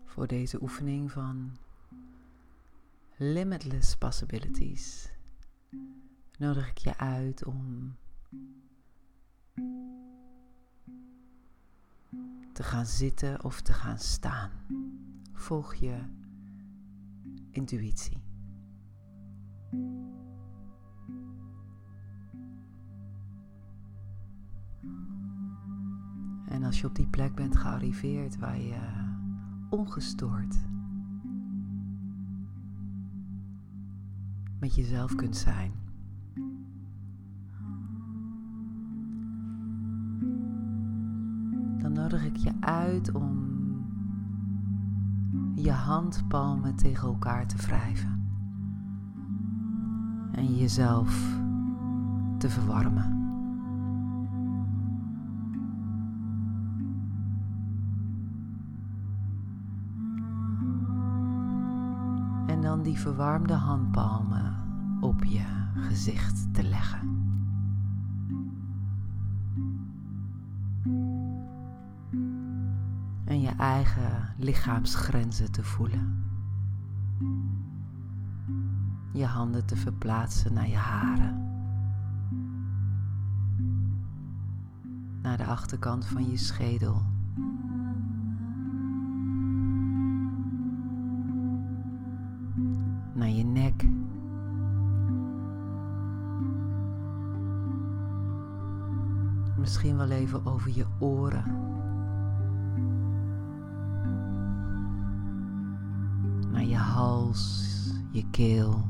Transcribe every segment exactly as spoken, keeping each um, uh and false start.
Voor deze oefening van Limitless Possibilities nodig ik je uit om te gaan zitten of te gaan staan. Volg je intuïtie. En als je op die plek bent gearriveerd waar je ongestoord met jezelf kunt zijn, dan nodig ik je uit om je handpalmen tegen elkaar te wrijven en jezelf te verwarmen. En dan die verwarmde handpalmen op je gezicht te leggen. En je eigen lichaamsgrenzen te voelen. Je handen te verplaatsen naar je haren. Naar de achterkant van je schedel. Naar je nek. Misschien wel even over je oren. Naar je hals, je keel.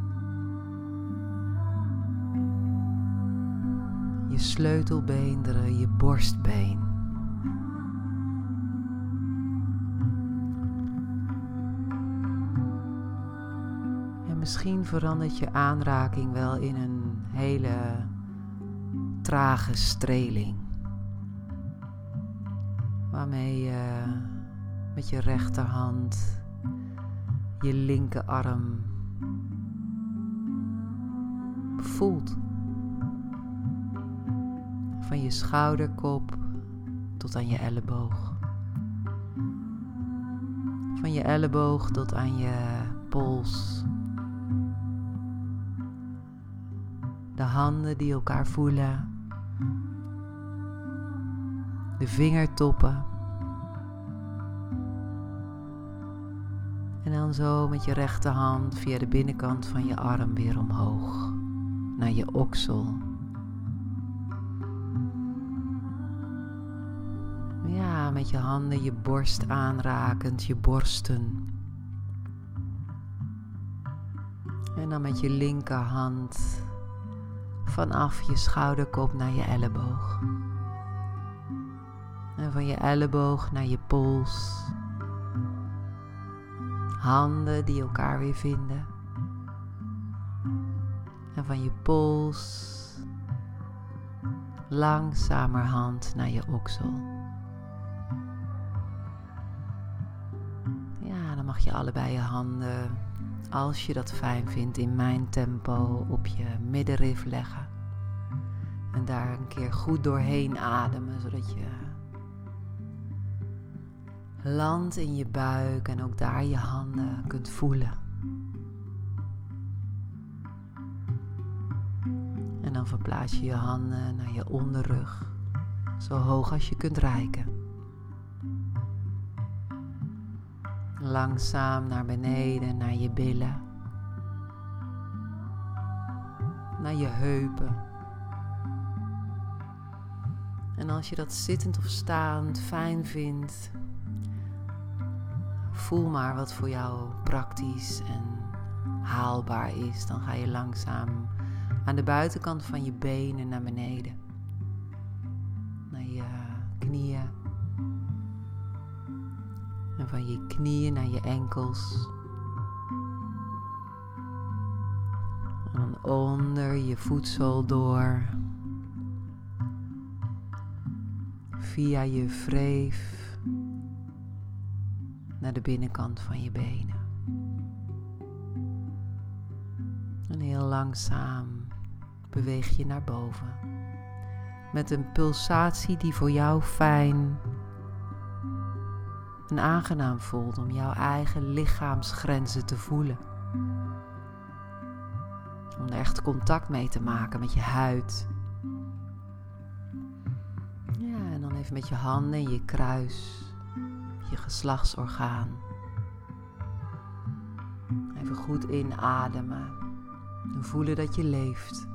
Je sleutelbeenderen, je borstbeen. Misschien verandert je aanraking wel in een hele trage streling. Waarmee je met je rechterhand je linkerarm voelt. Van je schouderkop tot aan je elleboog. Van je elleboog tot aan je pols. De handen die elkaar voelen. De vingertoppen. En dan zo met je rechterhand via de binnenkant van je arm weer omhoog. Naar je oksel. Ja, met je handen je borst aanrakend, je borsten. En dan met je linkerhand vanaf je schouderkop naar je elleboog. En van je elleboog naar je pols. Handen die elkaar weer vinden. En van je pols langzamerhand naar je oksel. Ja, dan mag je allebei je handen, als je dat fijn vindt, in mijn tempo op je middenrif leggen. En daar een keer goed doorheen ademen, zodat je landt in je buik en ook daar je handen kunt voelen. En dan verplaats je je handen naar je onderrug, zo hoog als je kunt reiken. Langzaam naar beneden, naar je billen. Naar je heupen. En als je dat zittend of staand fijn vindt, voel maar wat voor jou praktisch en haalbaar is. Dan ga je langzaam aan de buitenkant van je benen naar beneden. Naar je knieën. En van je knieën naar je enkels. En dan onder je voetzool door. Via je wreef. Naar de binnenkant van je benen. En heel langzaam beweeg je naar boven. Met een pulsatie die voor jou fijn en aangenaam voelt om jouw eigen lichaamsgrenzen te voelen. Om er echt contact mee te maken met je huid. Ja, en dan even met je handen in je kruis, je geslachtsorgaan. Even goed inademen en voelen dat je leeft.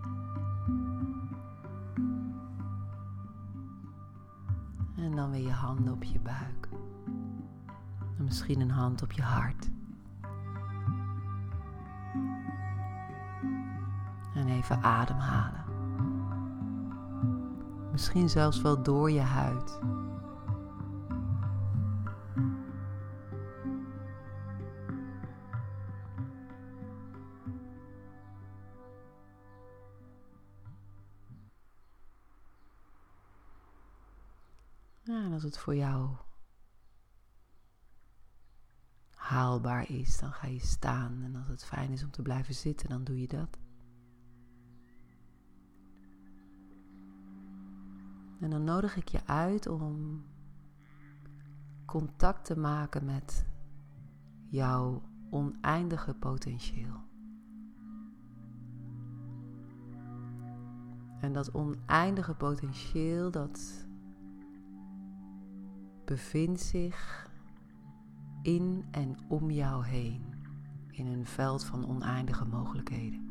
En dan weer je handen op je buik. En misschien een hand op je hart. En even ademhalen. Misschien zelfs wel door je huid. Ja, en als het voor jou haalbaar is, dan ga je staan. En als het fijn is om te blijven zitten, dan doe je dat. En dan nodig ik je uit om contact te maken met jouw oneindige potentieel. En dat oneindige potentieel, dat bevindt zich in en om jou heen, in een veld van oneindige mogelijkheden.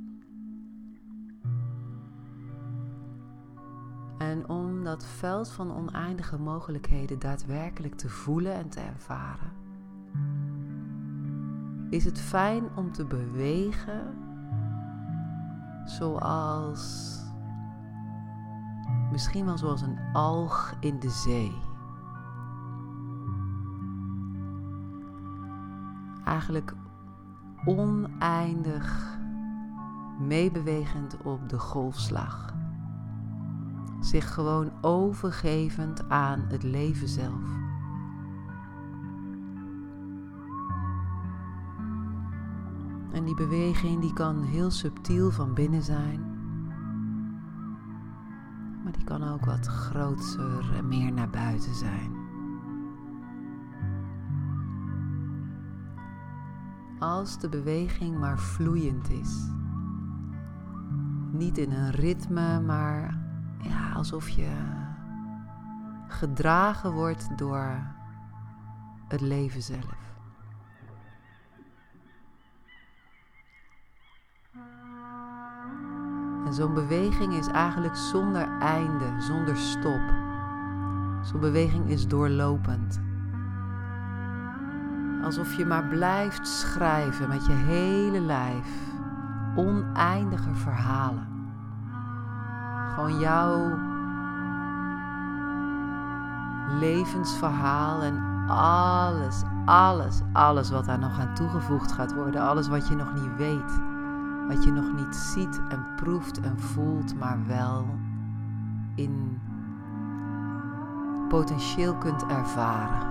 En om dat veld van oneindige mogelijkheden daadwerkelijk te voelen en te ervaren, is het fijn om te bewegen zoals, misschien wel zoals een alg in de zee. Eigenlijk oneindig meebewegend op de golfslag. Zich gewoon overgevend aan het leven zelf. En die beweging die kan heel subtiel van binnen zijn. Maar die kan ook wat groter en meer naar buiten zijn. Als de beweging maar vloeiend is. Niet in een ritme, maar ja, alsof je gedragen wordt door het leven zelf. En zo'n beweging is eigenlijk zonder einde, zonder stop. Zo'n beweging is doorlopend. Alsof je maar blijft schrijven met je hele lijf. Oneindige verhalen. Gewoon jouw levensverhaal en alles, alles, alles wat daar nog aan toegevoegd gaat worden. Alles wat je nog niet weet. Wat je nog niet ziet en proeft en voelt, maar wel in potentieel kunt ervaren.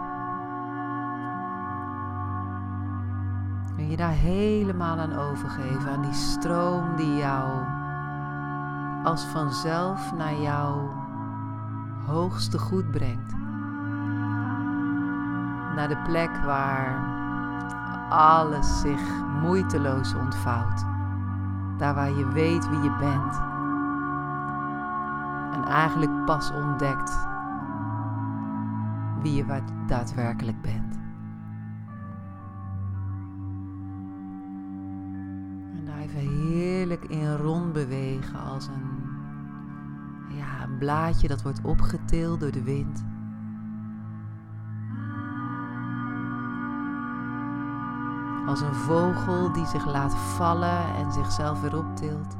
En je daar helemaal aan overgeven, aan die stroom die jou als vanzelf naar jouw hoogste goed brengt. Naar de plek waar alles zich moeiteloos ontvouwt. Daar waar je weet wie je bent. En eigenlijk pas ontdekt wie je daadwerkelijk bent. En daar even heerlijk in rond bewegen als een, ja, een blaadje dat wordt opgetild door de wind. Als een vogel die zich laat vallen en zichzelf weer optilt.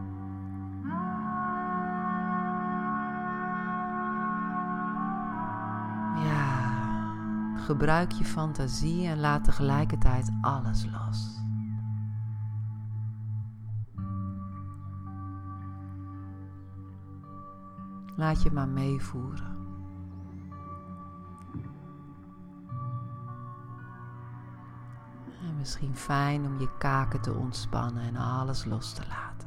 Ja, gebruik je fantasie en laat tegelijkertijd alles los. Laat je maar meevoeren. En misschien fijn om je kaken te ontspannen en alles los te laten.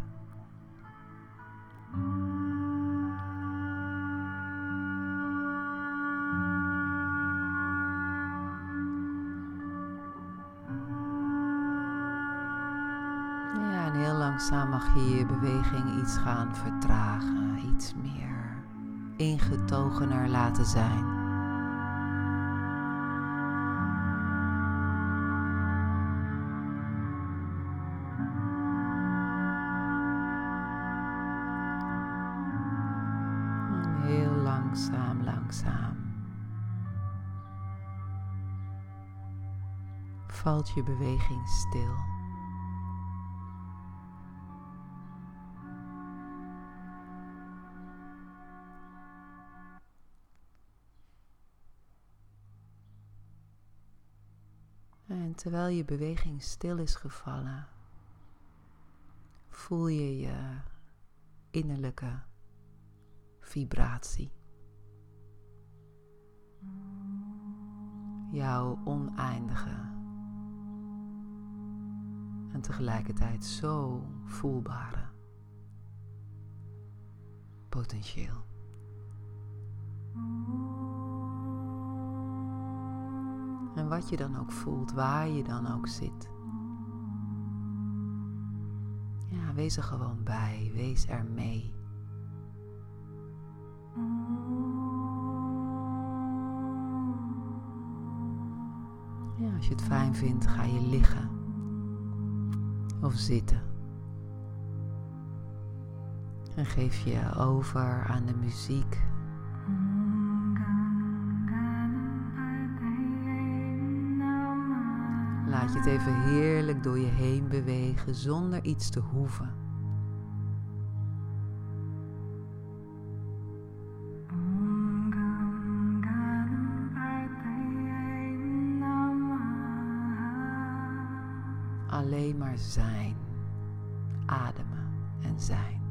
langzaam mag je je beweging iets gaan vertragen, iets meer ingetogener laten zijn. En heel langzaam, langzaam valt je beweging stil. En terwijl je beweging stil is gevallen, voel je je innerlijke vibratie. Jouw oneindige en tegelijkertijd zo voelbare potentieel. En wat je dan ook voelt, waar je dan ook zit. Ja, wees er gewoon bij, wees er mee. Ja, als je het fijn vindt, ga je liggen of zitten. En geef je over aan de muziek. Laat je het even heerlijk door je heen bewegen zonder iets te hoeven. Alleen maar zijn, ademen en zijn.